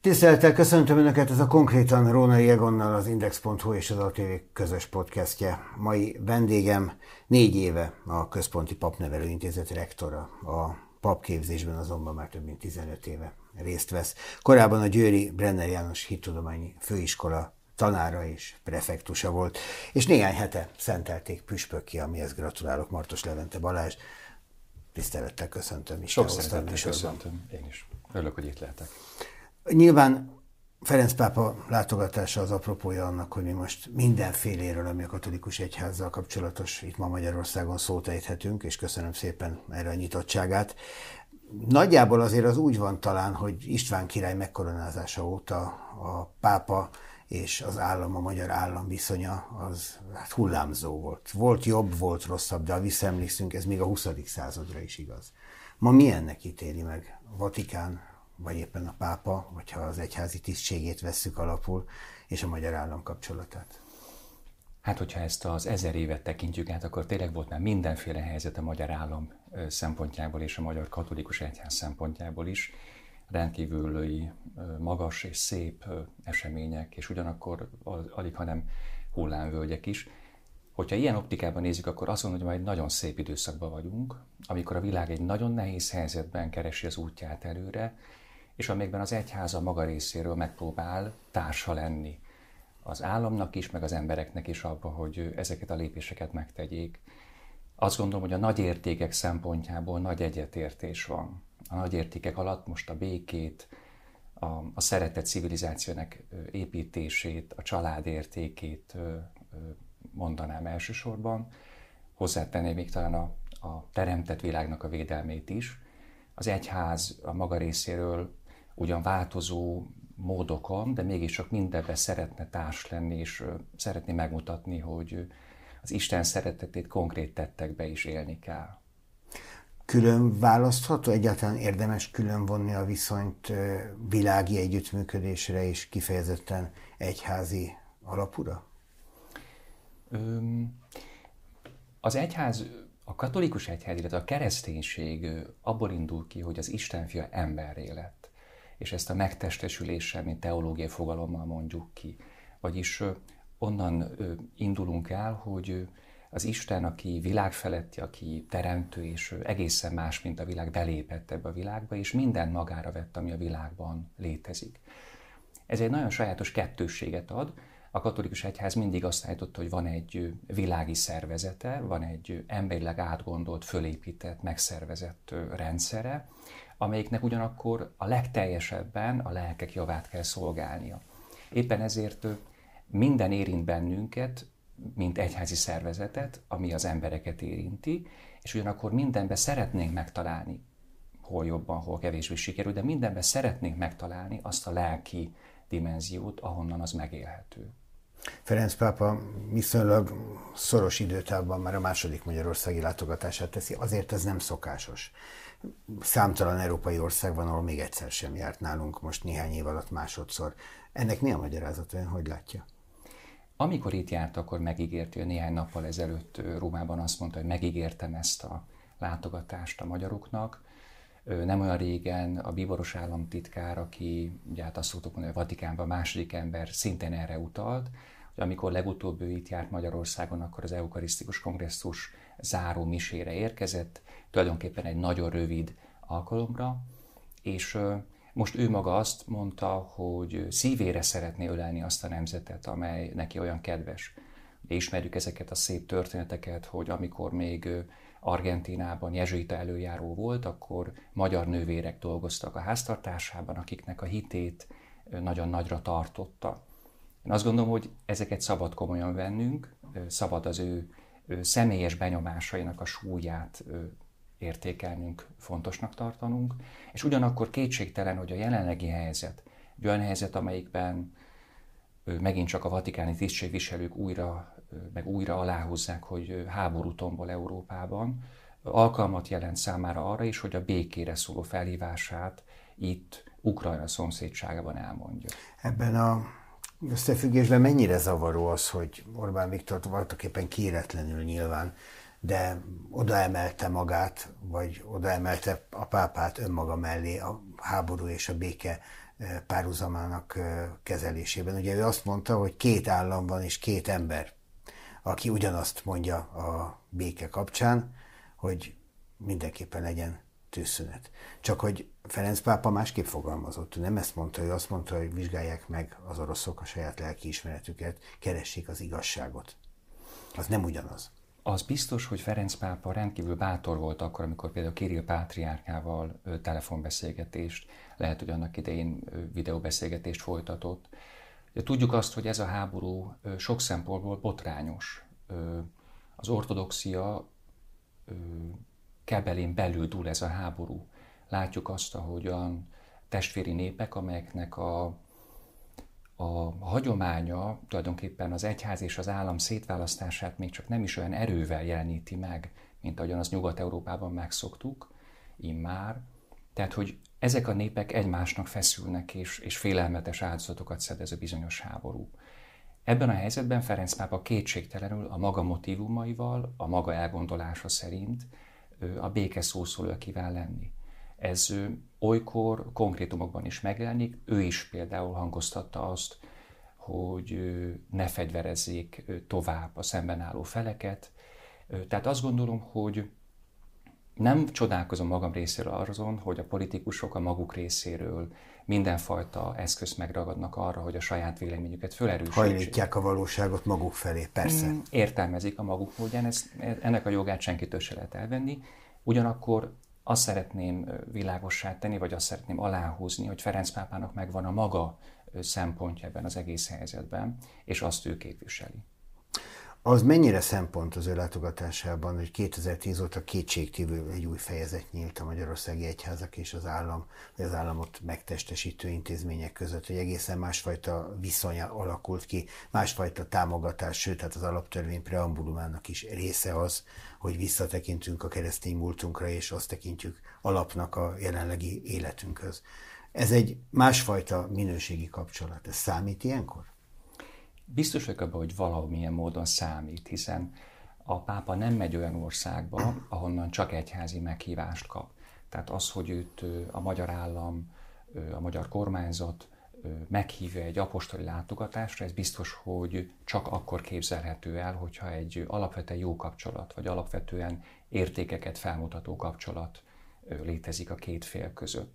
Tisztelettel köszöntöm Önöket, ez a konkrétan Rónai Egonnal az Index.hu és az ATV közös podcastje. Mai vendégem 4 éve a Központi Papnevelő Intézet rektora, a papképzésben azonban már több mint 15 éve részt vesz. Korábban a győri Brenner János Hittudományi Főiskola tanára és prefektusa volt, és néhány hete szentelték püspökké, amihez gratulálok, Martos Levente Balázs. Tisztelettel köszöntöm. Sok szeretettel köszöntöm, én is. Örülök, hogy itt lehetek. Nyilván Ferenc pápa látogatása az apropója annak, hogy mi most mindenféléről, ami a katolikus egyházzal kapcsolatos, itt ma Magyarországon szót ejthetünk, és köszönöm szépen erre a nyitottságát. Nagyjából azért az úgy van talán, hogy István király megkoronázása óta a pápa és az állam, a magyar állam viszonya az hullámzó volt. Volt jobb, volt rosszabb, de ha visszaemlékszünk, ez még a 20. századra is igaz. Ma milyennek ítéli meg a Vatikán, vagy éppen a pápa, vagy ha az egyházi tisztségét vesszük alapul, és a magyar állam kapcsolatát? Hát, hogyha ezt az 1000 évet tekintjük át, akkor tényleg volt már mindenféle helyzet a magyar állam szempontjából és a magyar katolikus egyház szempontjából is. Rendkívül magas és szép események, és ugyanakkor alig, hanem hullámvölgyek is. Hogyha ilyen optikában nézzük, akkor azt mondom, hogy majd nagyon szép időszakban vagyunk, amikor a világ egy nagyon nehéz helyzetben keresi az útját előre, és amikben az egyház a maga részéről megpróbál társa lenni az államnak is, meg az embereknek is abba, hogy ezeket a lépéseket megtegyék. Azt gondolom, hogy a nagy értékek szempontjából nagy egyetértés van. A nagy értékek alatt most a békét, a szeretett civilizációnak építését, a család értékét mondanám elsősorban. Hozzátenném még talán a teremtett világnak a védelmét is. Az egyház a maga részéről ugyan változó módokon, de mégiscsak mindenben szeretne társ lenni, és szeretné megmutatni, hogy az Isten szeretetét konkrét tettekbe is élni kell. Külön választható? Egyáltalán érdemes külön vonni a viszonyt világi együttműködésre és kifejezetten egyházi alapúra? Az egyház, a katolikus egyház, illetve a kereszténység abból indul ki, hogy az Isten fia emberré lett, és ezt a megtestesüléssel, mint teológiai fogalommal mondjuk ki. Vagyis onnan indulunk el, hogy az Isten, aki világfeletti, aki teremtő, és egészen más, mint a világ, belépett ebbe a világba, és mindent magára vett, ami a világban létezik. Ez egy nagyon sajátos kettősséget ad. A katolikus egyház mindig azt állította, hogy van egy világi szervezete, van egy emberileg átgondolt, fölépített, megszervezett rendszere, amelyiknek ugyanakkor a legteljesebben a lelkek javát kell szolgálnia. Éppen ezért minden érint bennünket, mint egyházi szervezetet, ami az embereket érinti, és ugyanakkor mindenben szeretnénk megtalálni, hol jobban, hol kevésbé sikerül, de mindenben szeretnénk megtalálni azt a lelki dimenziót, ahonnan az megélhető. Ferenc pápa viszonylag szoros időtávban már a második magyarországi látogatását teszi, azért ez nem szokásos. Számtalan európai ország van, ahol még egyszer sem járt nálunk, most néhány év alatt másodszor. Ennek mi a magyarázat, ön hogy látja? Amikor itt járt, akkor megígért, hogy néhány nappal ezelőtt Rómában azt mondta, hogy megígértem ezt a látogatást a magyaroknak. Nem olyan régen a bíboros államtitkár, aki ugye hát azt szoktuk mondani, hogy a Vatikánban második ember, szintén erre utalt, hogy amikor legutóbb ő itt járt Magyarországon, akkor az eukarisztikus kongresszus záró misére érkezett, tulajdonképpen egy nagyon rövid alkalomra, és most ő maga azt mondta, hogy szívére szeretné ölelni azt a nemzetet, amely neki olyan kedves. De ismerjük ezeket a szép történeteket, hogy amikor még Argentínában jezsuita előjáró volt, akkor magyar nővérek dolgoztak a háztartásában, akiknek a hitét nagyon nagyra tartotta. Én azt gondolom, hogy ezeket szabad komolyan vennünk, szabad az ő személyes benyomásainak a súlyát értékelnünk, fontosnak tartanunk, és ugyanakkor kétségtelen, hogy a jelenlegi helyzet, egy olyan helyzet, amelyikben megint csak a vatikáni tisztségviselők újra aláhúzzák, hogy háború tombol Európában, alkalmat jelent számára arra is, hogy a békére szóló felhívását itt Ukrajna szomszédságában elmondja. Ebben a összefüggésben mennyire zavaró az, hogy Orbán Viktor voltaképpen kéretlenül nyilván de odaemelte magát, vagy odaemelte a pápát önmaga mellé a háború és a béke párhuzamának kezelésében. Ugye ő azt mondta, hogy két állam van és két ember, aki ugyanazt mondja a béke kapcsán, hogy mindenképpen legyen tűzszünet. Csak hogy Ferenc pápa másképp fogalmazott. Ő nem ezt mondta, ő azt mondta, hogy vizsgálják meg az oroszok a saját lelkiismeretüket, keressék az igazságot. Az nem ugyanaz. Az biztos, hogy Ferenc pápa rendkívül bátor volt akkor, amikor például Kirill pátriárkával telefonbeszélgetést, lehet, hogy annak idején videóbeszélgetést folytatott. Tudjuk azt, hogy ez a háború sok szempontból botrányos. Az ortodoxia kebelén belül dúl ez a háború. Látjuk azt, ahogyan testvéri népek, amelyeknek a hagyománya tulajdonképpen az egyház és az állam szétválasztását még csak nem is olyan erővel jeleníti meg, mint ahogyan azt Nyugat-Európában megszoktuk, immár. Tehát, hogy ezek a népek egymásnak feszülnek, és félelmetes áldozatokat szed ez a bizonyos háború. Ebben a helyzetben Ferenc pápa kétségtelenül a maga motívumaival, a maga elgondolása szerint a béke szószólója kíván lenni. Ez olykor konkrétumokban is megjelenik, ő is például hangoztatta azt, hogy ne fegyverezzék tovább a szemben álló feleket. Tehát azt gondolom, hogy nem csodálkozom magam részéről azon, hogy a politikusok a maguk részéről mindenfajta eszközt megragadnak arra, hogy a saját véleményüket felerősítsék. Hajlítják a valóságot maguk felé, persze. Értelmezik a maguk módján, ennek a jogát senkitől se lehet elvenni. Ugyanakkor azt szeretném világossá tenni, vagy azt szeretném aláhúzni, hogy Ferenc pápának megvan a maga szempontja ebben az egész helyzetben, és azt ő képviseli. Az mennyire szempont az ő látogatásában, hogy 2010 óta kétségkívül egy új fejezet nyílt a magyarországi egyházak és az állam, vagy az államot megtestesítő intézmények között, hogy egészen másfajta viszony alakult ki, másfajta támogatás, sőt, hát az alaptörvény preambulumának is része az, hogy visszatekintünk a keresztény múltunkra, és azt tekintjük alapnak a jelenlegi életünkhöz. Ez egy másfajta minőségi kapcsolat. Ez számít ilyenkor? Biztos vagyok abban, hogy valamilyen módon számít, hiszen a pápa nem megy olyan országba, ahonnan csak egyházi meghívást kap. Tehát az, hogy őt a magyar állam, a magyar kormányzat meghívja egy apostoli látogatásra, ez biztos, hogy csak akkor képzelhető el, hogyha egy alapvetően jó kapcsolat, vagy alapvetően értékeket felmutató kapcsolat létezik a két fél között.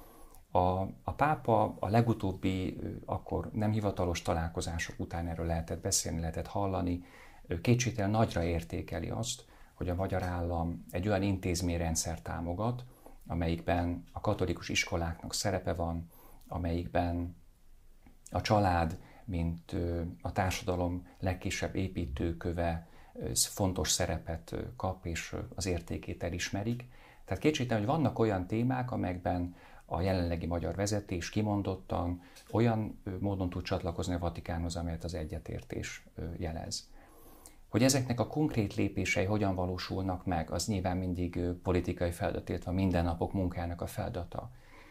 A pápa a legutóbbi, akkor nem hivatalos találkozások után erről lehetett beszélni, lehetett hallani, kétségtelen nagyra értékeli azt, hogy a magyar állam egy olyan intézményrendszer támogat, amelyikben a katolikus iskoláknak szerepe van, amelyikben a család, mint a társadalom legkisebb építőköve fontos szerepet kap, és az értékét elismerik. Tehát kétségtelen, hogy vannak olyan témák, amelyekben a jelenlegi magyar vezetés kimondottan olyan módon tud csatlakozni a Vatikánhoz, amelyet az egyetértés jelez. Hogy ezeknek a konkrét lépései hogyan valósulnak meg, az nyilván mindig politikai feladat, illetve a mindennapok munkájának a feladata.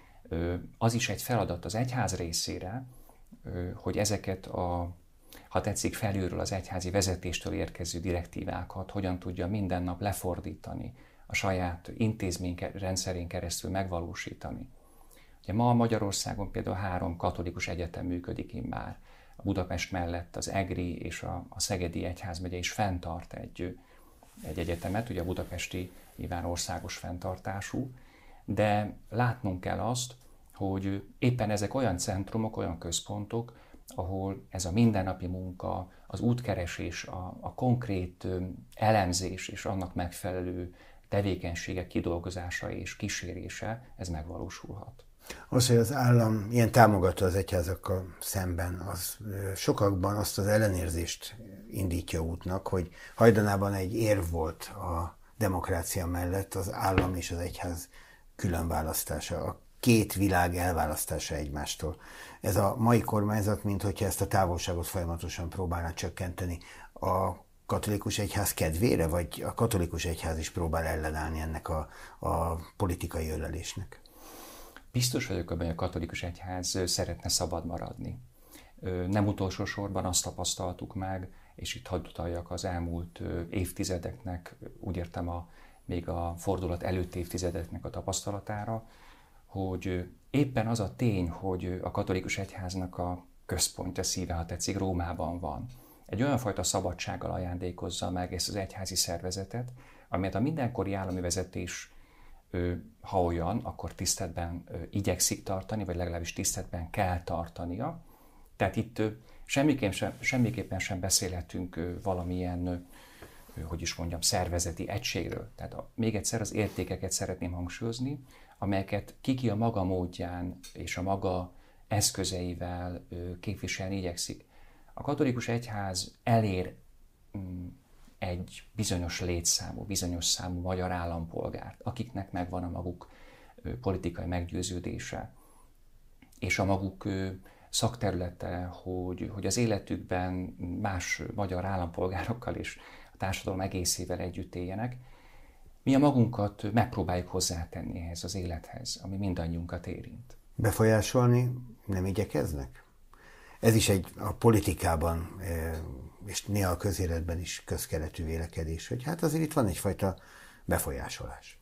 Az is egy feladat az egyház részére, hogy ezeket ha tetszik, felülről az egyházi vezetéstől érkező direktívákat hogyan tudja minden nap lefordítani, a saját intézményrendszerén keresztül megvalósítani. Ugye ma Magyarországon például 3 katolikus egyetem működik immár. A Budapest mellett az EGRI és a Szegedi Egyházmegye is fenntart egy egyetemet, ugye a budapesti nyilván országos fenntartású, de látnunk kell azt, hogy éppen ezek olyan centrumok, olyan központok, ahol ez a mindennapi munka, az útkeresés, a konkrét elemzés és annak megfelelő tevékenységek kidolgozása és kísérése, ez megvalósulhat. Az, hogy az állam ilyen támogató az egyházakkal szemben, az sokakban azt az ellenérzést indítja útnak, hogy hajdanában egy érv volt a demokrácia mellett az állam és az egyház különválasztása, a két világ elválasztása egymástól. Ez a mai kormányzat, minthogyha ezt a távolságot folyamatosan próbálná csökkenteni, a katolikus egyház kedvére, vagy a katolikus egyház is próbál ellenállni ennek a politikai ölelésnek? Biztos vagyok abban, hogy a katolikus egyház szeretne szabad maradni. Nem utolsó sorban azt tapasztaltuk meg és itt hadd utaljak az elmúlt évtizedeknek, úgy értem még a fordulat előtti évtizedeknek a tapasztalatára, hogy éppen az a tény, hogy a katolikus egyháznak a központja, szíve, ha tetszik, Rómában van, egy olyan fajta szabadsággal ajándékozza meg ezt az egyházi szervezetet, amelyet a mindenkori állami vezetés, ha olyan, akkor tiszteletben igyekszik tartani, vagy legalábbis tiszteletben kell tartania. Tehát itt semmiképpen sem beszélhetünk valamilyen, hogy is mondjam, szervezeti egységről. Tehát még egyszer az értékeket szeretném hangsúlyozni, amelyeket ki a maga módján és a maga eszközeivel képviselni igyekszik. A katolikus egyház elér egy bizonyos létszámú, bizonyos számú magyar állampolgárt, akiknek megvan a maguk politikai meggyőződése, és a maguk szakterülete, hogy az életükben más magyar állampolgárokkal és a társadalom egészével együtt éljenek. Mi a magunkat megpróbáljuk hozzátenni ehhez az élethez, ami mindannyiunkat érint. Befolyásolni nem igyekeznek? Ez is a politikában, és néha a közéletben is közkeletű vélekedés, hogy hát azért itt van egyfajta befolyásolás.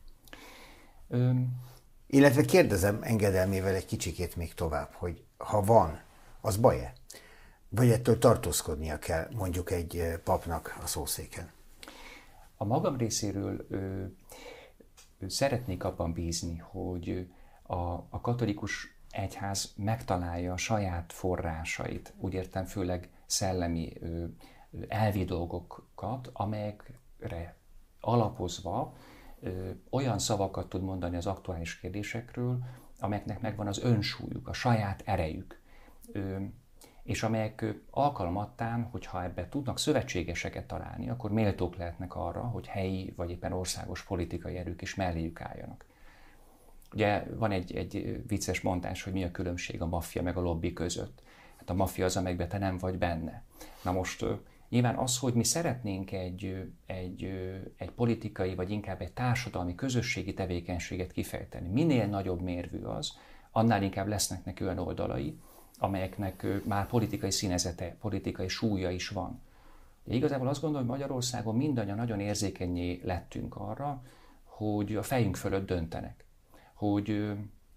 Illetve kérdezem engedelmével egy kicsikét még tovább, hogy ha van, az baj-e? Vagy ettől tartózkodnia kell mondjuk egy papnak a szószéken? A magam részéről szeretnék abban bízni, hogy a katolikus egyház megtalálja a saját forrásait, úgy értem főleg szellemi elvi dolgokat, amelyekre alapozva olyan szavakat tud mondani az aktuális kérdésekről, amelyeknek megvan az önsúlyuk, a saját erejük, és amelyek alkalmattán, hogyha ebben tudnak szövetségeseket találni, akkor méltók lehetnek arra, hogy helyi vagy éppen országos politikai erők is melléjük álljanak. Ugye van egy vicces mondás, hogy mi a különbség a maffia meg a lobby között. Hát a maffia az, amelyikben te nem vagy benne. Na most nyilván az, hogy mi szeretnénk egy politikai, vagy inkább egy társadalmi, közösségi tevékenységet kifejteni, minél nagyobb mérvű az, annál inkább lesznek neki olyan oldalai, amelyeknek már politikai színezete, politikai súlya is van. De igazából azt gondolom, hogy Magyarországon mindannyian nagyon érzékenyé lettünk arra, hogy a fejünk fölött döntenek. Hogy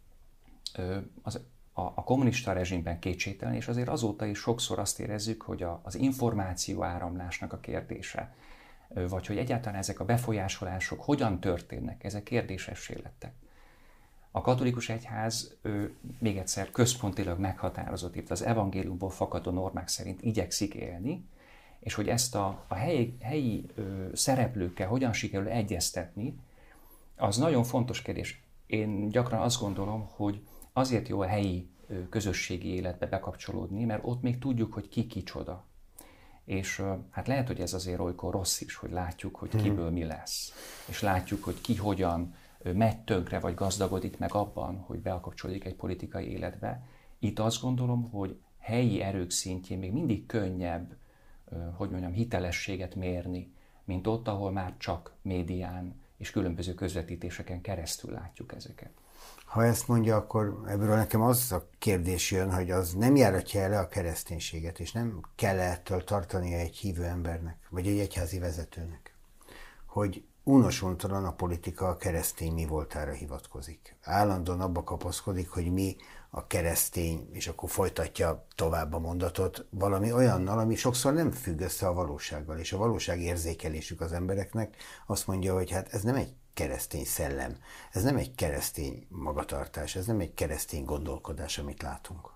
a kommunista rezsimben kétségtelen, és azért azóta is sokszor azt érezzük, hogy az információ áramlásnak a kérdése, vagy hogy egyáltalán ezek a befolyásolások hogyan történnek, ezek kérdésessé lettek. A katolikus egyház még egyszer központilag meghatározott, itt az evangéliumból fakadó normák szerint igyekszik élni, és hogy ezt a helyi szereplőkkel hogyan sikerül egyeztetni, az nagyon fontos kérdés. Én gyakran azt gondolom, hogy azért jó a helyi közösségi életbe bekapcsolódni, mert ott még tudjuk, hogy ki kicsoda. És hát lehet, hogy ez azért olykor rossz is, hogy látjuk, hogy kiből mi lesz. És látjuk, hogy ki hogyan megy tönkre, vagy gazdagodik meg abban, hogy bekapcsolódik egy politikai életbe. Itt azt gondolom, hogy helyi erők szintjén még mindig könnyebb, hogy mondjam, hitelességet mérni, mint ott, ahol már csak médián és különböző közvetítéseken keresztül látjuk ezeket. Ha ezt mondja, akkor ebből nekem az a kérdés jön, hogy az nem járatja el a kereszténységet, és nem kell ettől tartania egy hívő embernek, vagy egy egyházi vezetőnek, hogy unos-untalan a politika a keresztény mi voltára hivatkozik. Állandóan abba kapaszkodik, hogy mi a keresztény, és akkor folytatja tovább a mondatot valami olyannal, ami sokszor nem függ össze a valósággal, és a valóság érzékelésük az embereknek azt mondja, hogy hát ez nem egy keresztény szellem, ez nem egy keresztény magatartás, ez nem egy keresztény gondolkodás, amit látunk.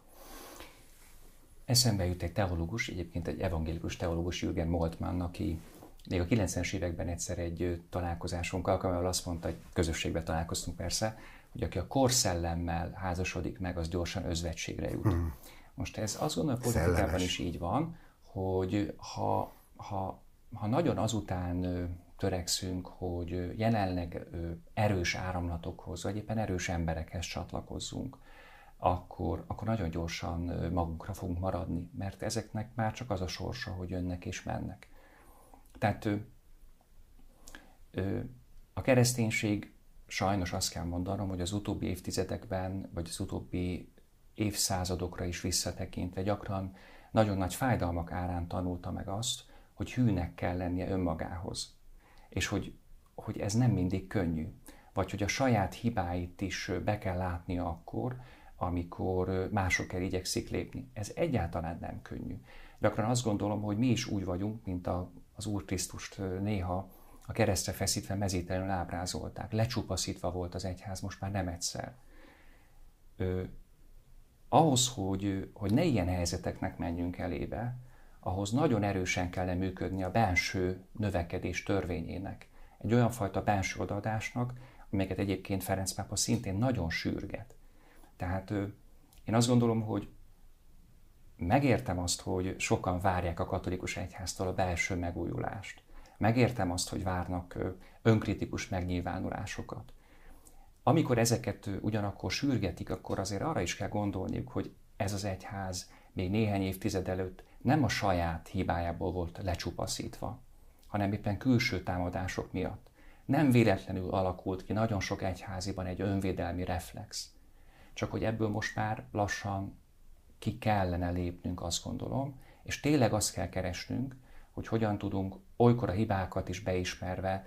Eszembe jut egy teológus, egyébként egy evangélikus teológus, Jürgen Moltmann, aki még a 90-es években egyszer egy találkozásunk alkalmával azt mondta, hogy közösségben találkoztunk persze, hogy aki a korszellemmel házasodik meg, az gyorsan özvegységre jut. Most ez azt gondolom, hogy politikában is így van, hogy ha nagyon azután törekszünk, hogy jelenleg erős áramlatokhoz, vagy éppen erős emberekhez csatlakozzunk, akkor nagyon gyorsan magunkra fogunk maradni, mert ezeknek már csak az a sorsa, hogy jönnek és mennek. Tehát a kereszténység, sajnos azt kell mondanom, hogy az utóbbi évtizedekben, vagy az utóbbi évszázadokra is visszatekintve gyakran nagyon nagy fájdalmak árán tanulta meg azt, hogy hűnek kell lennie önmagához, és hogy ez nem mindig könnyű, vagy hogy a saját hibáit is be kell látnia akkor, amikor másokkel igyekszik lépni. Ez egyáltalán nem könnyű. Gyakran azt gondolom, hogy mi is úgy vagyunk, mint az Úr Krisztust néha a keresztre feszítve mezítelenül ábrázolták. Lecsupaszítva volt az egyház most már nem egyszer. Ahhoz, hogy ne ilyen helyzeteknek menjünk elébe, ahhoz nagyon erősen kellene működni a belső növekedés törvényének. Egy olyan fajta belső odaadásnak, amelyeket egyébként Ferenc pápa szintén nagyon sürget. Tehát én azt gondolom, hogy megértem azt, hogy sokan várják a katolikus egyháztól a belső megújulást. Megértem azt, hogy várnak önkritikus megnyilvánulásokat. Amikor ezeket ugyanakkor sürgetik, akkor azért arra is kell gondolniuk, hogy ez az egyház még néhány évtized előtt nem a saját hibájából volt lecsupaszítva, hanem éppen külső támadások miatt. Nem véletlenül alakult ki nagyon sok egyháziban egy önvédelmi reflex. Csak hogy ebből most már lassan ki kellene lépnünk, azt gondolom, és tényleg azt kell keresnünk, hogy hogyan tudunk olykor a hibákat is beismerve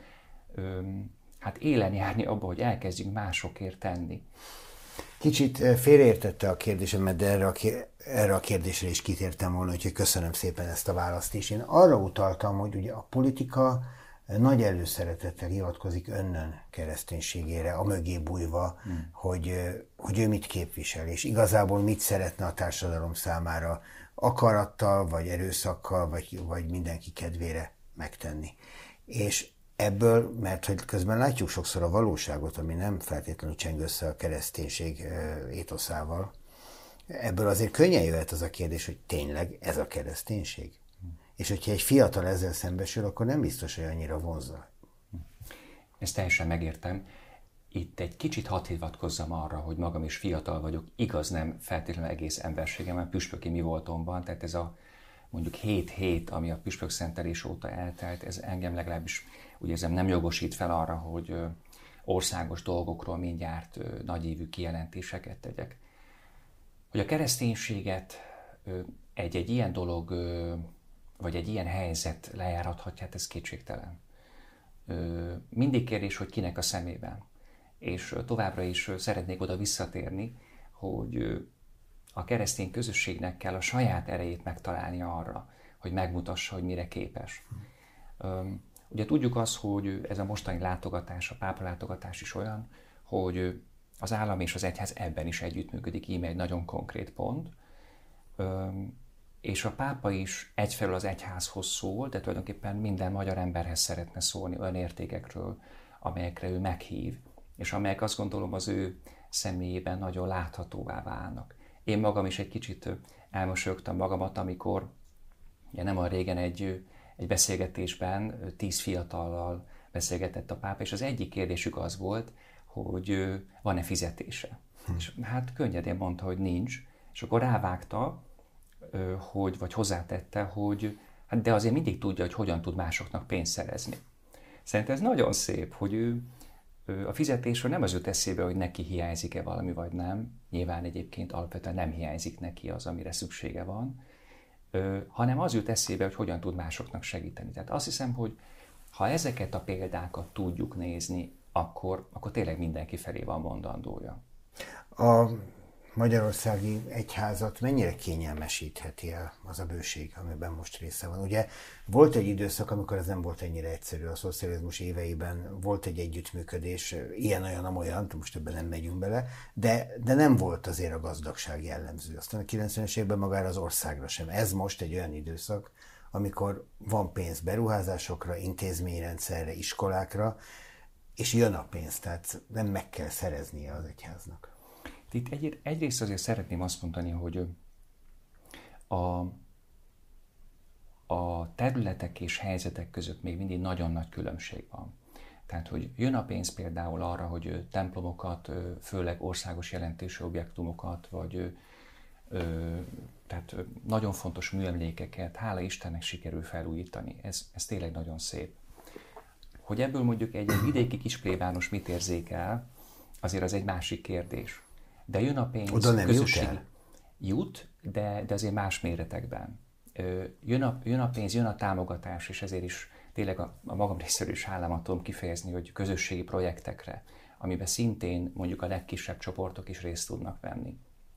élen járni abba, hogy elkezdjünk másokért tenni. Kicsit félreértette a kérdésemet, de erre a kérdésre is kitértem volna, úgyhogy köszönöm szépen ezt a választ is. Én arra utaltam, hogy ugye a politika nagy előszeretettel hivatkozik önnön kereszténységére, a mögé bújva, hogy ő mit képvisel, és igazából mit szeretne a társadalom számára akarattal, vagy erőszakkal, vagy mindenki kedvére megtenni. És ebből, mert hogy közben látjuk sokszor a valóságot, ami nem feltétlenül cseng össze a kereszténység étoszával, ebből azért könnyen jöhet az a kérdés, hogy tényleg ez a kereszténység? És hogyha egy fiatal ezzel szembesül, akkor nem biztos, hogy annyira vonzza. Ezt teljesen megértem. Itt egy kicsit hadd hivatkozzam arra, hogy magam is fiatal vagyok, igaz nem feltétlenül egész emberségemben, püspöki mi voltomban, tehát ez a mondjuk 7 hét, ami a püspökszentelés óta eltelt, ez engem legalábbis úgy érzem nem jogosít fel arra, hogy országos dolgokról mindjárt nagyívű kijelentéseket tegyek. Hogy a kereszténységet egy ilyen dolog, vagy egy ilyen helyzet lejárathatja, hát ez kétségtelen. Mindig kérdés, hogy kinek a szemében. És továbbra is szeretnék oda visszatérni, hogy a keresztény közösségnek kell a saját erejét megtalálni arra, hogy megmutassa, hogy mire képes. Ugye tudjuk azt, hogy ez a mostani látogatás, a pápa látogatás is olyan, hogy az állam és az egyház ebben is együttműködik, íme egy nagyon konkrét pont. És a pápa is egyfelől az egyházhoz szól, de tulajdonképpen minden magyar emberhez szeretne szólni olyan értékekről, amelyekre ő meghív, és amelyek azt gondolom az ő személyében nagyon láthatóvá válnak. Én magam is egy kicsit elmosolyogtam magamat, amikor nem olyan régen egy beszélgetésben 10 fiatallal beszélgetett a pápa, és az egyik kérdésük az volt, hogy van-e fizetése. És hát könnyedén mondta, hogy nincs, és akkor rávágta, vagy hozzátette, hogy hát de azért mindig tudja, hogy hogyan tud másoknak pénzt szerezni. Szerintem ez nagyon szép, hogy ő a fizetésről nem az jut eszébe, hogy neki hiányzik-e valami, vagy nem. Nyilván egyébként alapvetően nem hiányzik neki az, amire szüksége van, hanem az jut eszébe, hogy hogyan tud másoknak segíteni. Tehát azt hiszem, hogy ha ezeket a példákat tudjuk nézni, akkor tényleg mindenki felé van mondandója. A magyarországi egyházat mennyire kényelmesítheti el az a bőség, amiben most része van? Ugye volt egy időszak, amikor ez nem volt ennyire egyszerű, a szocializmus éveiben volt egy együttműködés, ilyen-olyan, amolyan, most ebben nem megyünk bele, de nem volt azért a gazdagság jellemző. Aztán a 90-es évben magára az országra sem. Ez most egy olyan időszak, amikor van pénz beruházásokra, intézményrendszerre, iskolákra, és jön a pénz, tehát nem meg kell szereznie az egyháznak. Itt egyrészt azért szeretném azt mondani, hogy a területek és helyzetek között még mindig nagyon nagy különbség van. Tehát, hogy jön a pénz például arra, hogy templomokat, főleg országos jelentősű objektumokat, vagy tehát nagyon fontos műemlékeket, hála Istennek sikerül felújítani. Ez tényleg nagyon szép. Hogy ebből mondjuk egy vidéki kisplébános mit érzékel, azért az egy másik kérdés. De jön a pénz, oda nem közösségi jut, de azért más méretekben. Jön a pénz, jön a támogatás, és ezért is tényleg a magam részéről is hálámat tudom kifejezni, hogy közösségi projektekre, amiben szintén mondjuk a legkisebb csoportok is részt tudnak venni.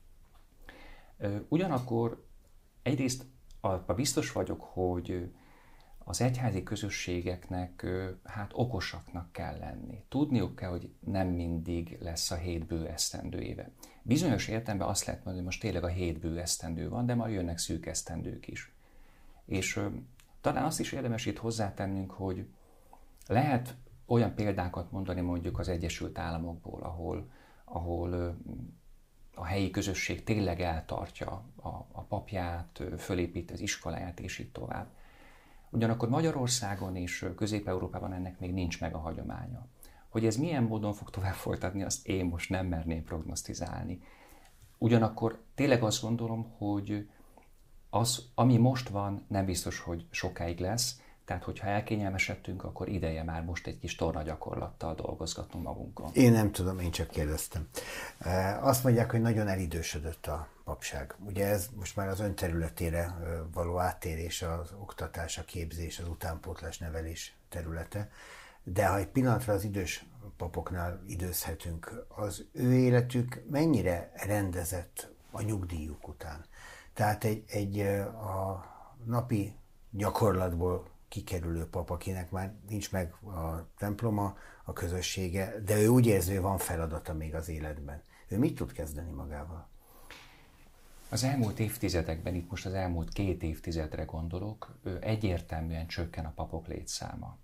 Ugyanakkor egyrészt biztos vagyok, hogy az egyházi közösségeknek hát okosaknak kell lenni. Tudniuk kell, hogy nem mindig lesz a 7 bő esztendő éve. Bizonyos értelemben azt lehet mondani, hogy most tényleg a 7 bő esztendő van, de majd jönnek szűk esztendők is. És talán azt is érdemes itt hozzátennünk, hogy lehet olyan példákat mondani mondjuk az Egyesült Államokból, ahol a helyi közösség tényleg eltartja a papját, fölépíti az iskoláját, és így tovább. Ugyanakkor Magyarországon és Közép-Európában ennek még nincs meg a hagyománya. Hogy ez milyen módon fog tovább folytatni, azt én most nem merném prognosztizálni. Ugyanakkor tényleg azt gondolom, hogy az, ami most van, nem biztos, hogy sokáig lesz, tehát hogyha elkényelmesedtünk, akkor ideje már most egy kis tornagyakorlattal dolgozgatnunk magunkon. Én nem tudom, én csak kérdeztem. Azt mondják, hogy nagyon elidősödött a papság. Ugye ez most már az ön területére való áttérés, az oktatás, a képzés, az utánpótlás nevelés területe. De ha egy pillanatra az idős papoknál időzhetünk, az ő életük mennyire rendezett a nyugdíjuk után? Tehát a napi gyakorlatból kikerülő pap, akinek már nincs meg a temploma, a közössége, de ő úgy érzi, hogy van feladata még az életben. Ő mit tud kezdeni magával? Az elmúlt évtizedekben, itt most az elmúlt 2 évtizedre gondolok, egyértelműen csökken a papok létszáma.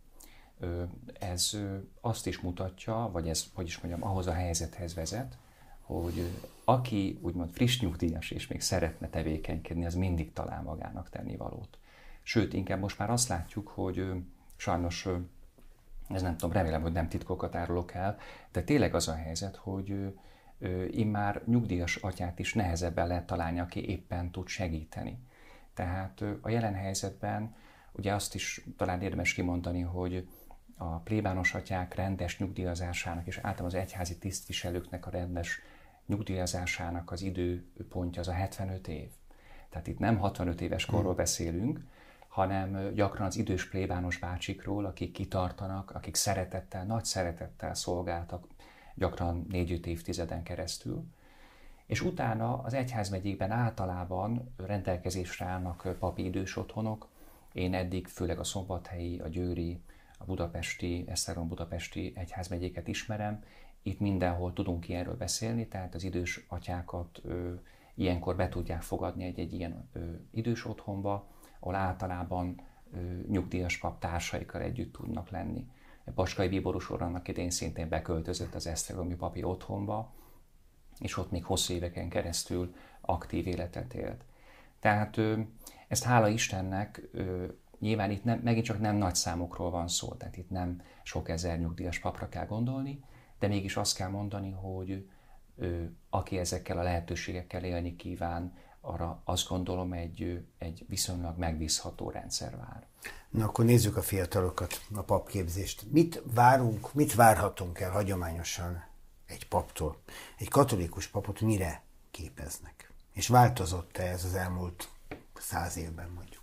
Ez azt is mutatja, vagy ez, hogy is mondjam, ahhoz a helyzethez vezet, hogy aki úgymond friss nyugdíjas és még szeretne tevékenykedni, az mindig talál magának tennivalót. Sőt, inkább most már azt látjuk, hogy sajnos, ez nem tudom, remélem, hogy nem titkokat árulok el, de tényleg az a helyzet, hogy immár nyugdíjas atyát is nehezebben lehet találni, aki éppen tud segíteni. Tehát a jelen helyzetben ugye azt is talán érdemes kimondani, hogy a plébános atyák rendes nyugdíjazásának és általában az egyházi tisztviselőknek a rendes nyugdíjazásának az időpontja az a 75 év. Tehát itt nem 65 éves korról beszélünk, hanem gyakran az idős plébános bácsikról, akik kitartanak, akik nagy szeretettel szolgáltak, gyakran 4-5 évtizeden keresztül. És utána az egyházmegyékben általában rendelkezésre állnak papi idős otthonok. Én eddig főleg a szombathelyi, a győri, a budapesti, esztergom-budapesti egyházmegyéket ismerem. Itt mindenhol tudunk ilyenről beszélni, tehát az idős atyákat ilyenkor be tudják fogadni egy ilyen idős otthonba, ahol általában nyugdíjas pap társaikkal együtt tudnak lenni. Baskai Bíborús úr annak idején szintén beköltözött az esztergomi papi otthonba, és ott még hosszú éveken keresztül aktív életet élt. Tehát ezt hála Istennek, nyilván itt megint csak nem nagy számokról van szó, tehát itt nem sok ezer nyugdíjas papra kell gondolni, de mégis azt kell mondani, hogy aki ezekkel a lehetőségekkel élni kíván, arra azt gondolom egy viszonylag megbízható rendszer vár. Na akkor nézzük a fiatalokat, a papképzést. Mit várhatunk el hagyományosan egy paptól? Egy katolikus papot mire képeznek? És változott-e ez az elmúlt 100 évben mondjuk?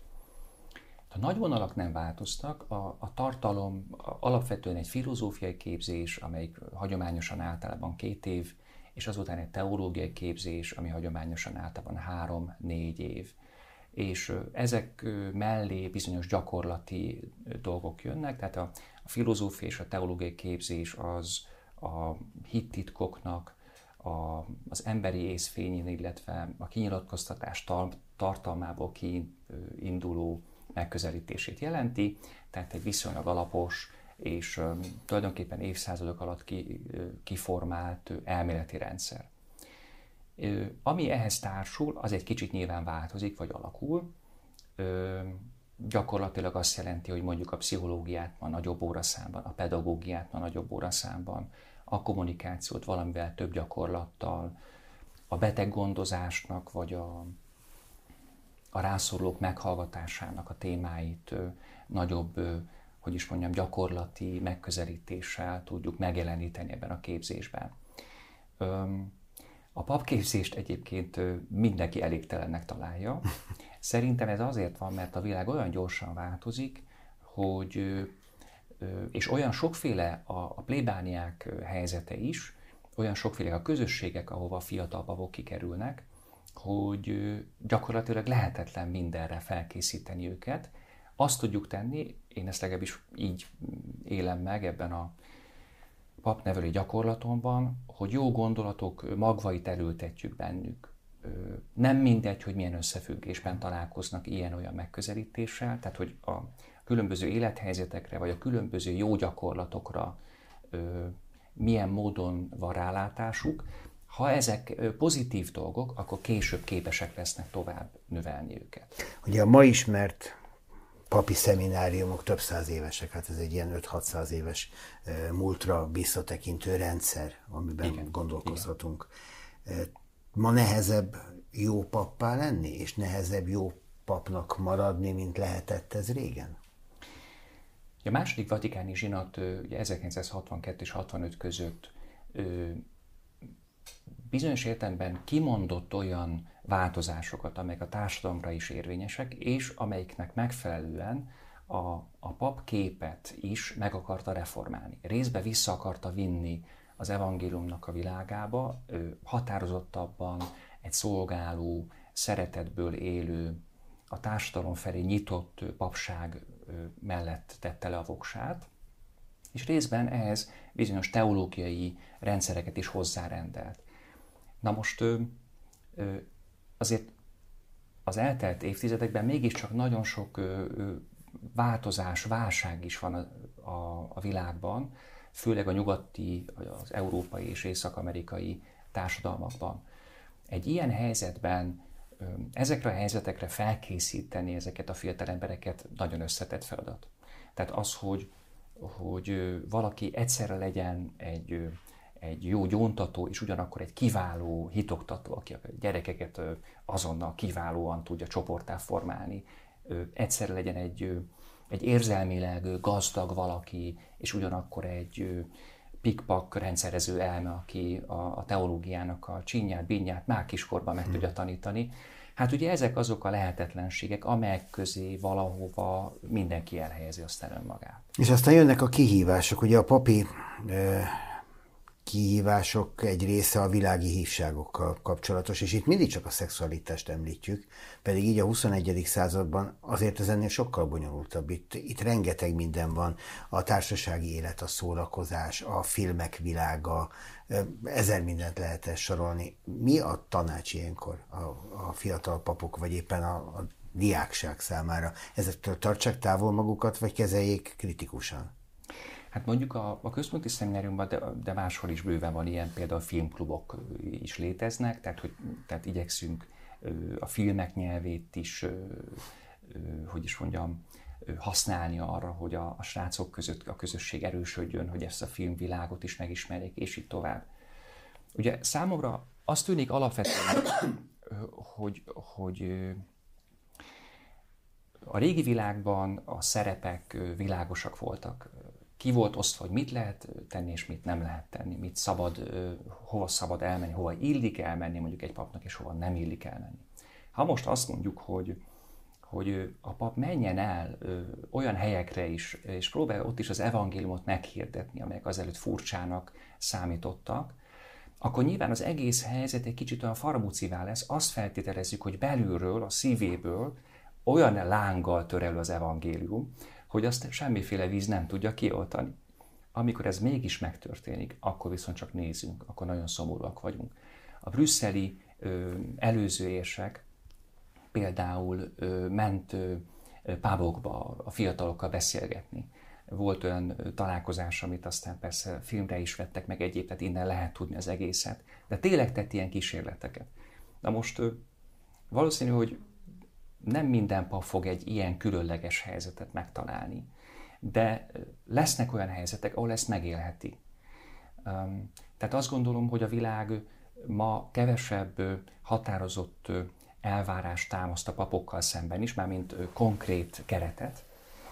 A nagy vonalak nem változtak, a tartalom alapvetően egy filozófiai képzés, amelyik hagyományosan általában 2 év, és azután egy teológiai képzés, ami hagyományosan általában 3-4 év. És ezek mellé bizonyos gyakorlati dolgok jönnek, tehát a filozófia és a teológiai képzés az a hittitkoknak, az emberi észfényén, illetve a kinyilatkoztatás tartalmából kiinduló megközelítését jelenti, tehát egy viszonylag alapos és tulajdonképpen évszázadok alatt kiformált elméleti rendszer. Ami ehhez társul, az egy kicsit nyilván változik, vagy alakul. Gyakorlatilag azt jelenti, hogy mondjuk a pszichológiát ma nagyobb óraszámban, a pedagógiát ma nagyobb óraszámban, a kommunikációt valamivel több gyakorlattal, a beteggondozásnak, vagy a rászorulók meghallgatásának a témáit nagyobb, hogy is mondjam, gyakorlati megközelítéssel tudjuk megjeleníteni ebben a képzésben. A papképzést egyébként mindenki elégtelennek találja. Szerintem ez azért van, mert a világ olyan gyorsan változik, hogy, és olyan sokféle a plébániák helyzete is, olyan sokféle a közösségek, ahova a fiatal babok kikerülnek, hogy gyakorlatilag lehetetlen mindenre felkészíteni őket. Azt tudjuk tenni, én ezt legalábbis így élem meg ebben a papnevelő gyakorlatomban, hogy jó gondolatok magvait elültetjük bennük. Nem mindegy, hogy milyen összefüggésben találkoznak ilyen-olyan megközelítéssel, tehát hogy a különböző élethelyzetekre, vagy a különböző jó gyakorlatokra milyen módon van rálátásuk. Ha ezek pozitív dolgok, akkor később képesek lesznek tovább növelni őket. Ugye a ma ismert papi szemináriumok több száz évesek, hát ez egy ilyen 5-600 éves múltra visszatekintő rendszer, amiben igen, gondolkozhatunk. Igen. Ma nehezebb jó pappá lenni, és nehezebb jó papnak maradni, mint lehetett ez régen? A második vatikáni zsinat 1962 és 65 között bizonyos értelemben kimondott olyan változásokat, amelyek a társadalomra is érvényesek, és amelyiknek megfelelően a pap képet is meg akarta reformálni. Részbe vissza akarta vinni az evangéliumnak a világába, határozottabban egy szolgáló, szeretetből élő, a társadalom felé nyitott papság mellett tette le a voksát, és részben ehhez bizonyos teológiai rendszereket is hozzárendelt. Na most azért az eltelt évtizedekben mégiscsak nagyon sok változás, válság is van a világban, főleg a nyugati, az európai és észak-amerikai társadalmakban. Egy ilyen helyzetben ezekre a helyzetekre felkészíteni ezeket a fiatal embereket nagyon összetett feladat. Tehát az, hogy valaki egyszerre legyen egy jó gyóntató, és ugyanakkor egy kiváló hitoktató, aki a gyerekeket azonnal kiválóan tudja csoporttá formálni, egyszerre legyen egy érzelmileg gazdag valaki, és ugyanakkor egy pikpak rendszerező elme, aki a teológiának a csinyát, binnyát már kiskorban meg tudja tanítani. Hát ugye ezek azok a lehetetlenségek, amelyek közé valahova mindenki elhelyezi aztán önmagát. És aztán jönnek a kihívások. Ugye a papi kihívások egy része a világi hívságokkal kapcsolatos, és itt mindig csak a szexualitást említjük, pedig így a 21. században azért ez ennél sokkal bonyolultabb. Itt rengeteg minden van, a társasági élet, a szórakozás, a filmek világa, ezer mindent lehet ezt sorolni. Mi a tanács ilyenkor a fiatal papok, vagy éppen a diákság számára? Ezektől tartsák távol magukat, vagy kezeljék kritikusan? Hát mondjuk a központi szemináriumban, de máshol is bőven van ilyen, például filmklubok is léteznek, tehát igyekszünk a filmek nyelvét is, hogy is mondjam, használni arra, hogy a srácok között a közösség erősödjön, hogy ezt a filmvilágot is megismerjék, és így tovább. Ugye számomra azt tűnik alapvetően, hogy a régi világban a szerepek világosak voltak. Ki volt osztva, hogy mit lehet tenni, és mit nem lehet tenni, mit szabad, hova szabad elmenni, hova illik elmenni mondjuk egy papnak, és hova nem illik elmenni. Ha most azt mondjuk, hogy a pap menjen el olyan helyekre is, és próbálja ott is az evangéliumot meghirdetni, amelyek azelőtt furcsának számítottak, akkor nyilván az egész helyzet egy kicsit olyan faramúcivá lesz, azt feltételezzük, hogy belülről, a szívéből olyan lánggal tör elő az evangélium, hogy azt semmiféle víz nem tudja kioltani. Amikor ez mégis megtörténik, akkor viszont csak nézünk, akkor nagyon szomorúak vagyunk. A brüsszeli előző érsek például ment pubokba a fiatalokkal beszélgetni. Volt olyan találkozás, amit aztán persze filmre is vettek meg egyéb, tehát innen lehet tudni az egészet. De tényleg tett ilyen kísérleteket. Na most valószínű, hogy nem minden pap fog egy ilyen különleges helyzetet megtalálni, de lesznek olyan helyzetek, ahol ezt megélheti. Tehát azt gondolom, hogy a világ ma kevesebb határozott elvárást támaszt a papokkal szemben is, mármint konkrét keretet,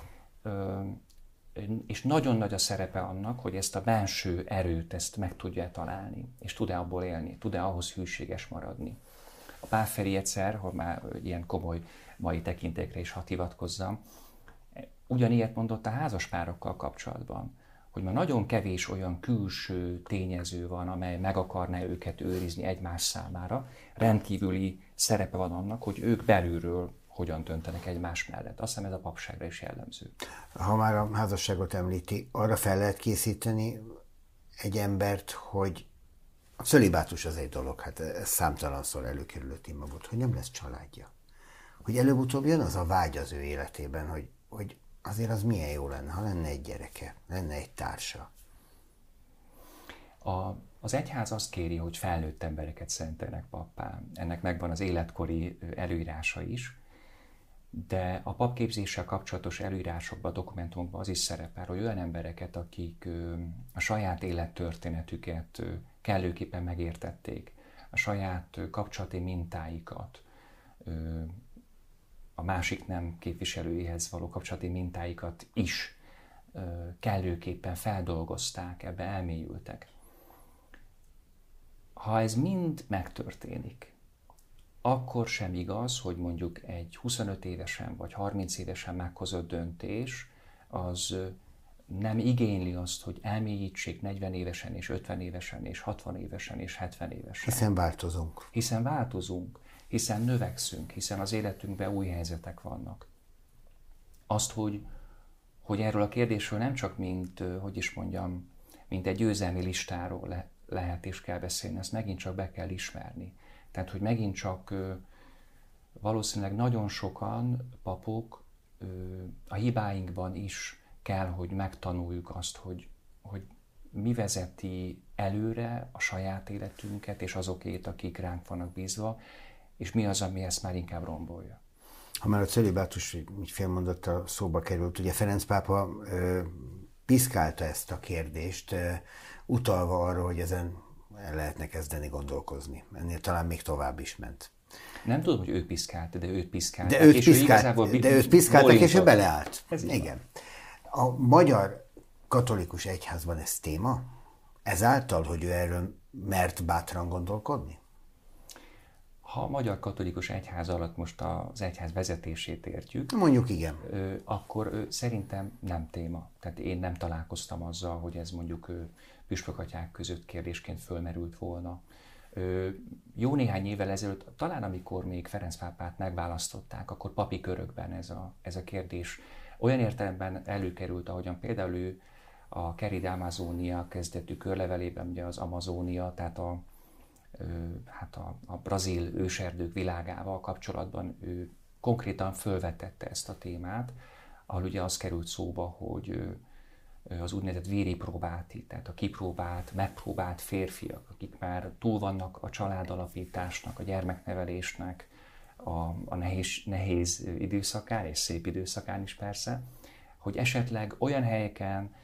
és nagyon nagy a szerepe annak, hogy ezt a benső erőt ezt meg tudja találni, és tud-e abból élni, tud-e ahhoz hűséges maradni. A Pál Feri egyszer, hogy már ilyen komoly mai tekintékre is hadd hivatkozzam, ugyanilyet mondott a házaspárokkal kapcsolatban, hogy már nagyon kevés olyan külső tényező van, amely meg akarná őket őrizni egymás számára. Rendkívüli szerepe van annak, hogy ők belülről hogyan döntenek egymás mellett. Azt hiszem ez a papságra is jellemző. Ha már a házasságot említi, arra fel lehet készíteni egy embert, hogy a cölibátus az egy dolog, hát ez számtalanszor előkerül a témából, hogy nem lesz családja. Hogy előbb-utóbb jön az a vágy az ő életében, hogy azért az milyen jó lenne, ha lenne egy gyereke, lenne egy társa. Az egyház azt kéri, hogy felnőtt embereket szenteljenek pappá. Ennek megvan az életkori előírása is, de a papképzéssel kapcsolatos előírásokban, dokumentumokban az is szerepel, hogy olyan embereket, akik a saját élettörténetüket kellőképpen megértették, a saját kapcsolati mintáikat, a másik nem képviselőihez való kapcsolati mintáikat is kellőképpen feldolgozták, ebbe elmélyültek. Ha ez mind megtörténik, akkor sem igaz, hogy mondjuk egy 25 évesen vagy 30 évesen meghozott döntés az nem igényli azt, hogy elmélyítsék 40 évesen és 50 évesen és 60 évesen és 70 évesen. Hiszen változunk. Hiszen változunk, hiszen növekszünk, hiszen az életünkben új helyzetek vannak. Azt, hogy erről a kérdésről nem csak mint egy győzelmi listáról lehet és kell beszélni, ezt megint csak be kell ismerni. Tehát, hogy megint csak valószínűleg nagyon sokan papok a hibáinkban is kell, hogy megtanuljuk azt, hogy mi vezeti előre a saját életünket és azokét, akik ránk vannak bízva, és mi az, ami ezt már inkább rombolja. Ha már a cölibátus így fél mondattal szóba került, ugye Ferenc pápa piszkálta ezt a kérdést, utalva arra, hogy ezen el lehetne kezdeni gondolkozni. Ennél talán még tovább is ment. Nem tudom, hogy ő piszkálta, de őt piszkálták. De őt piszkáltak, és ő beleállt. Igen. A magyar katolikus egyházban ez téma? Ezáltal, hogy ő erről mert bátran gondolkodni? Ha a magyar katolikus egyház alatt most az egyház vezetését értjük, mondjuk igen, akkor szerintem nem téma. Tehát én nem találkoztam azzal, hogy ez mondjuk püspökatyák között kérdésként fölmerült volna. Jó néhány évvel ezelőtt, talán amikor még Ferenc pápát megválasztották, akkor papi körökben ez a kérdés olyan értelemben előkerült, ahogyan például ő a Querida Amazonia kezdetű körlevelében, ugye az Amazónia, tehát a brazil őserdők világával kapcsolatban ő konkrétan fölvetette ezt a témát, ahol ugye az került szóba, hogy az úgynevezett véripróbáti, tehát a kipróbált, megpróbált férfiak, akik már túl vannak a családalapításnak, a gyermeknevelésnek, a nehéz időszakán, és szép időszakán is persze, hogy esetleg olyan helyeken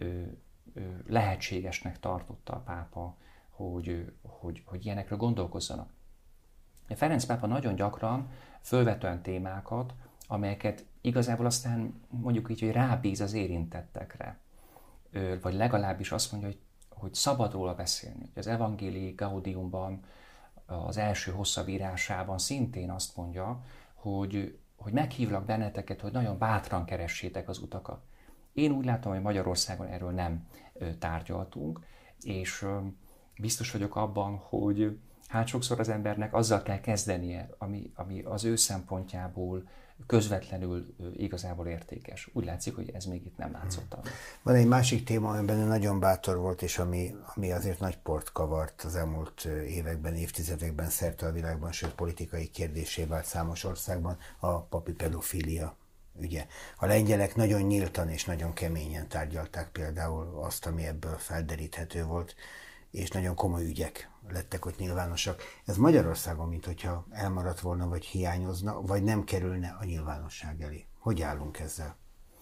lehetségesnek tartotta a pápa, hogy ilyenekről gondolkozzanak. Ferenc pápa nagyon gyakran fölvet olyan témákat, amelyeket igazából aztán mondjuk így, hogy rábíz az érintettekre. Vagy legalábbis azt mondja, hogy szabad róla beszélni. Az Evangelii Gaudiumban, az első hosszabb írásában szintén azt mondja, hogy meghívlak benneteket, hogy nagyon bátran keressétek az utakat. Én úgy látom, hogy Magyarországon erről nem tárgyaltunk, és biztos vagyok abban, hogy hát sokszor az embernek azzal kell kezdenie, ami az ő szempontjából közvetlenül igazából értékes. Úgy látszik, hogy ez még itt nem látszott. Van egy másik téma, amiben nagyon bátor volt, és ami azért nagy port kavart az elmúlt években, évtizedekben szerte a világban, sőt politikai kérdésé vált számos országban, a papi pedofília ügye. A lengyelek nagyon nyíltan és nagyon keményen tárgyalták például azt, ami ebből felderíthető volt, és nagyon komoly ügyek lettek ott nyilvánosak. Ez Magyarországon, mint hogyha elmaradt volna, vagy hiányozna, vagy nem kerülne a nyilvánosság elé. Hogy állunk ezzel?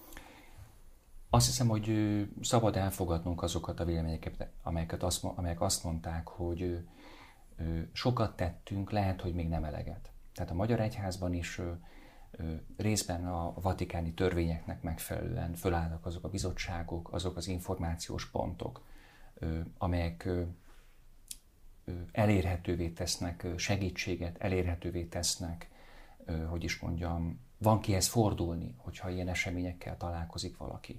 Azt hiszem, hogy szabad elfogadnunk azokat a véleményeket, amelyek azt mondták, hogy sokat tettünk, lehet, hogy még nem eleget. Tehát a Magyar Egyházban is részben a vatikáni törvényeknek megfelelően fölállnak azok a bizottságok, azok az információs pontok, amelyek elérhetővé tesznek segítséget, elérhetővé tesznek, hogy is mondjam, van kihez fordulni, hogyha ilyen eseményekkel találkozik valaki.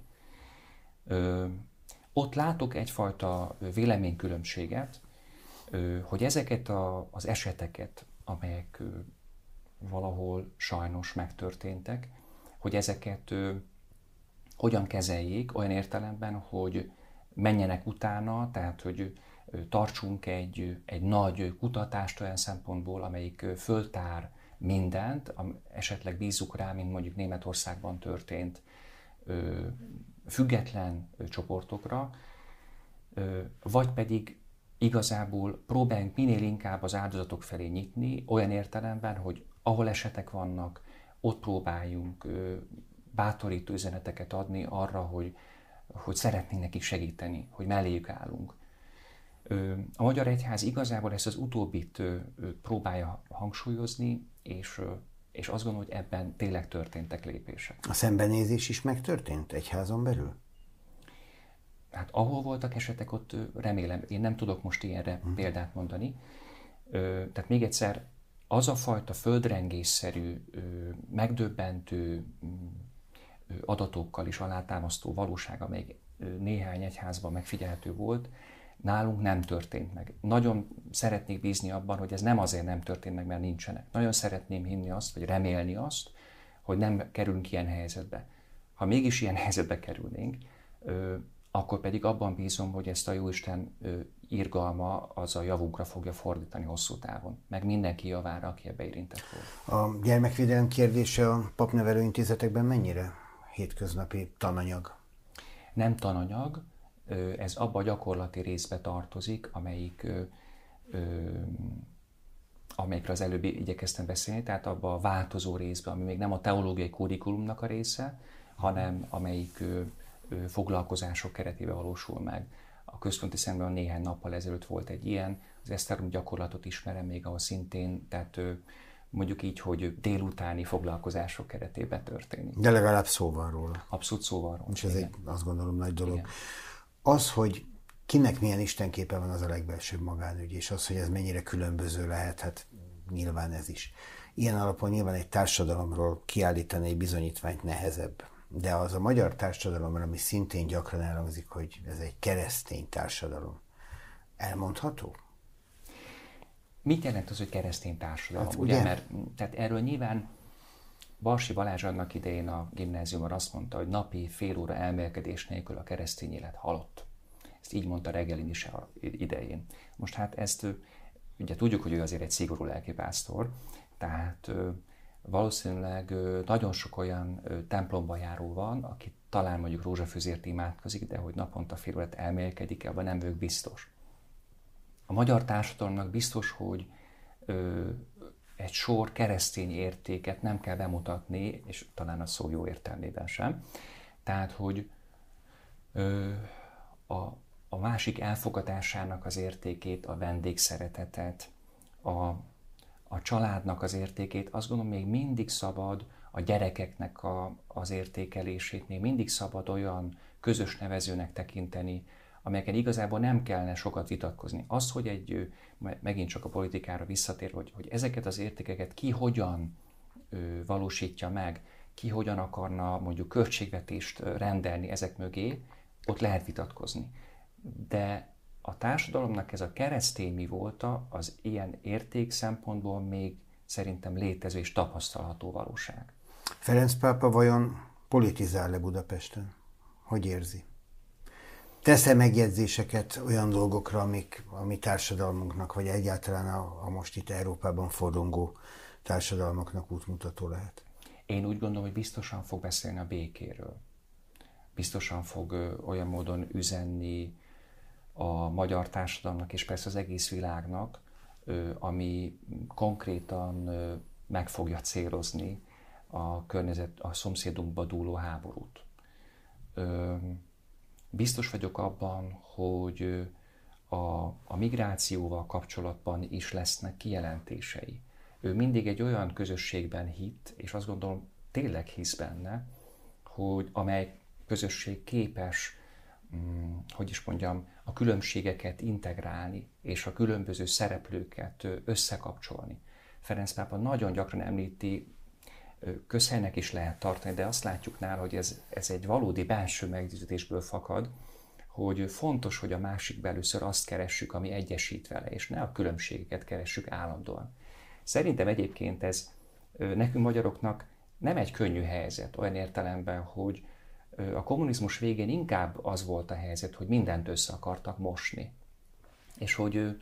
Ott látok egyfajta véleménykülönbséget, hogy ezeket az eseteket, amelyek valahol sajnos megtörténtek, hogy ezeket hogyan kezeljék olyan értelemben, hogy menjenek utána, tehát hogy tartsunk egy nagy kutatást olyan szempontból, amelyik föltár mindent, esetleg bízzuk rá, mint mondjuk Németországban történt, független csoportokra, vagy pedig igazából próbáljunk minél inkább az áldozatok felé nyitni, olyan értelemben, hogy ahol esetek vannak, ott próbáljunk bátorító üzeneteket adni arra, hogy szeretnénk nekik segíteni, hogy melléjük állunk. A Magyar Egyház igazából ezt az utóbbit próbálja hangsúlyozni, és azt gondolom, hogy ebben tényleg történtek lépések. A szembenézés is megtörtént egyházon belül? Hát ahol voltak esetek, ott remélem, én nem tudok most ilyenre példát mondani. Tehát még egyszer, az a fajta földrengésszerű, megdöbbentő adatokkal is alátámasztó valóság, amely néhány egyházban megfigyelhető volt, nálunk nem történt meg. Nagyon szeretnék bízni abban, hogy ez nem azért nem történt meg, mert nincsenek. Nagyon szeretném hinni azt, vagy remélni azt, hogy nem kerülünk ilyen helyzetbe. Ha mégis ilyen helyzetbe kerülnénk, akkor pedig abban bízom, hogy ezt a Jóisten irgalma az a javunkra fogja fordítani hosszú távon. Meg mindenki javára, aki ebbe érintett volt. A gyermekvédelem kérdése a papnevelő intézetekben mennyire hétköznapi tananyag? Nem tananyag, ez abba a gyakorlati részbe tartozik, amelyikről az előbb igyekeztem beszélni, tehát abba a változó részbe, ami még nem a teológiai kurikulumnak a része, hanem amelyik foglalkozások keretében valósul meg. A Központi Szentben néhány nappal ezelőtt volt egy ilyen, az Esztergom gyakorlatot ismerem még, ahol szintén, tehát mondjuk így, hogy délutáni foglalkozások keretében történik. De legalább szó van róla. Abszolút szó van róla. És ez egy, azt gondolom, nagy dolog. Igen. Az, hogy kinek milyen istenképe van, az a legbelsőbb magánügy, és az, hogy ez mennyire különböző lehet, hát nyilván ez is. Ilyen alapon nyilván egy társadalomról kiállítani egy bizonyítványt nehezebb. De az a magyar társadalomra, ami szintén gyakran elhangzik, hogy ez egy keresztény társadalom. Elmondható? Mit jelent az, hogy keresztény társadalom? Hát, ugye? Mert tehát erről nyilván Balsi Balázs annak idején a gimnáziumban azt mondta, hogy napi fél óra elmélkedés nélkül a keresztény élet halott. Ezt így mondta reggelin is idején. Most hát ezt, ugye tudjuk, hogy ő azért egy szigorú lelkipásztor, tehát valószínűleg nagyon sok olyan templomba járó van, aki talán mondjuk rózsafűzért imádkozik, de hogy naponta fél órát elmélkedik, abban nem vagyok biztos. A magyar társadalomnak biztos, hogy egy sor keresztény értéket nem kell bemutatni, és talán a szó jó értelmében sem. Tehát, hogy a másik elfogadásának az értékét, a vendégszeretetet, a családnak az értékét, azt gondolom, még mindig szabad a gyerekeknek az értékelését, még mindig szabad olyan közös nevezőnek tekinteni, amelyeken igazából nem kellene sokat vitatkozni. Az, hogy megint csak a politikára visszatér, hogy ezeket az értékeket ki hogyan valósítja meg, ki hogyan akarna mondjuk költségvetést rendelni ezek mögé, ott lehet vitatkozni. De a társadalomnak ez a keresztény mi volta, az ilyen érték szempontból még szerintem létező és tapasztalható valóság. Ferenc pápa vajon politizál-e Budapesten? Hogy érzi? Tesz-e megjegyzéseket olyan dolgokra, amik a mi társadalmunknak, vagy egyáltalán a most itt Európában forrongó társadalmaknak útmutató lehet? Én úgy gondolom, hogy biztosan fog beszélni a békéről. Biztosan fog olyan módon üzenni a magyar társadalomnak, és persze az egész világnak, ami konkrétan meg fogja célozni a szomszédunkba dúló háborút. Biztos vagyok abban, hogy a migrációval kapcsolatban is lesznek kijelentései. Ő mindig egy olyan közösségben hitt, és azt gondolom tényleg hisz benne, hogy amely közösség képes, hogy is mondjam, a különbségeket integrálni, és a különböző szereplőket összekapcsolni. Ferenc pápa nagyon gyakran említi, közhelynek is lehet tartani, de azt látjuk nála, hogy ez egy valódi belső meggyőződésből fakad, hogy fontos, hogy a másikban először azt keressük, ami egyesít vele, és ne a különbségeket keressük állandóan. Szerintem egyébként ez nekünk magyaroknak nem egy könnyű helyzet, olyan értelemben, hogy a kommunizmus végén inkább az volt a helyzet, hogy mindent össze akartak mosni. És hogy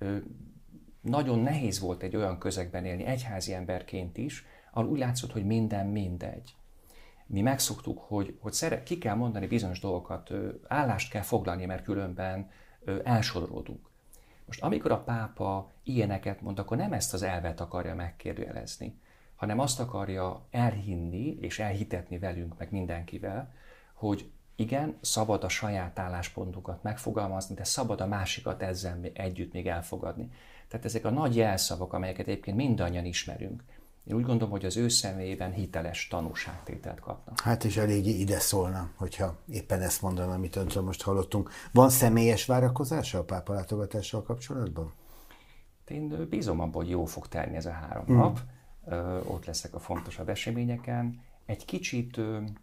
nagyon nehéz volt egy olyan közegben élni, egyházi emberként is, ahol úgy látszott, hogy minden mindegy. Mi megszoktuk, hogy ki kell mondani bizonyos dolgokat, állást kell foglalni, mert különben elsodródunk. Most amikor a pápa ilyeneket mond, akkor nem ezt az elvet akarja megkérdőjelezni, hanem azt akarja elhinni és elhitetni velünk, meg mindenkivel, hogy igen, szabad a saját álláspontokat megfogalmazni, de szabad a másikat ezzel együtt még elfogadni. Tehát ezek a nagy jelszavak, amelyeket egyébként mindannyian ismerünk. Én úgy gondolom, hogy az ő személyében hiteles tanúságtételt kapnak. Hát és eléggé ide szólna, hogyha éppen ezt mondaná, amit öntől most hallottunk. Van személyes várakozása a pápa látogatással kapcsolatban? Én bízom abban, hogy jó fog telni ez a 3 nap. Ott leszek a fontosabb eseményeken. Egy kicsit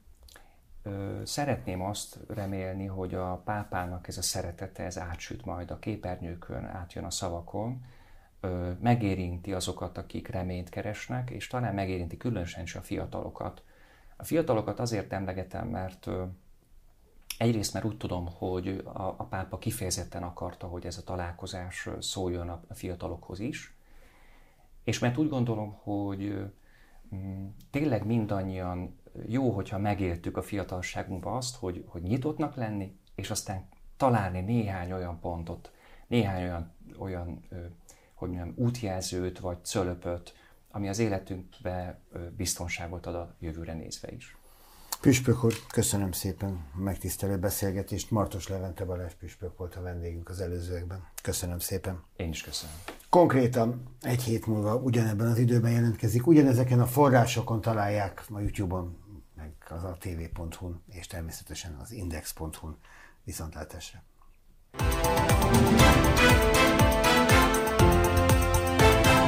szeretném azt remélni, hogy a pápának ez a szeretete, ez átsüt majd a képernyőkön, átjön a szavakon, megérinti azokat, akik reményt keresnek, és talán megérinti különösen is a fiatalokat. A fiatalokat azért emlegetem, mert egyrészt mert úgy tudom, hogy a pápa kifejezetten akarta, hogy ez a találkozás szóljon a fiatalokhoz is, és mert úgy gondolom, hogy tényleg mindannyian jó, hogyha megéltük a fiatalságunkban azt, hogy nyitottnak lenni, és aztán találni néhány olyan pontot, néhány olyan hogy mondjam, útjelzőt vagy cölöpöt, ami az életünkbe biztonságot ad a jövőre nézve is. Püspök úr, köszönöm szépen a megtisztelő beszélgetést. Martos Levente Balázs püspök volt a vendégünk az előzőekben. Köszönöm szépen. Én is köszönöm. Konkrétan egy hét múlva ugyanebben az időben jelentkezik. Ugyanezeken a forrásokon találják a YouTube-on, meg az atv.hu-n, és természetesen az index.hu-n. Viszontlátásra.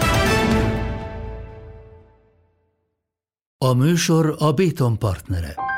A műsor a Béton partnere.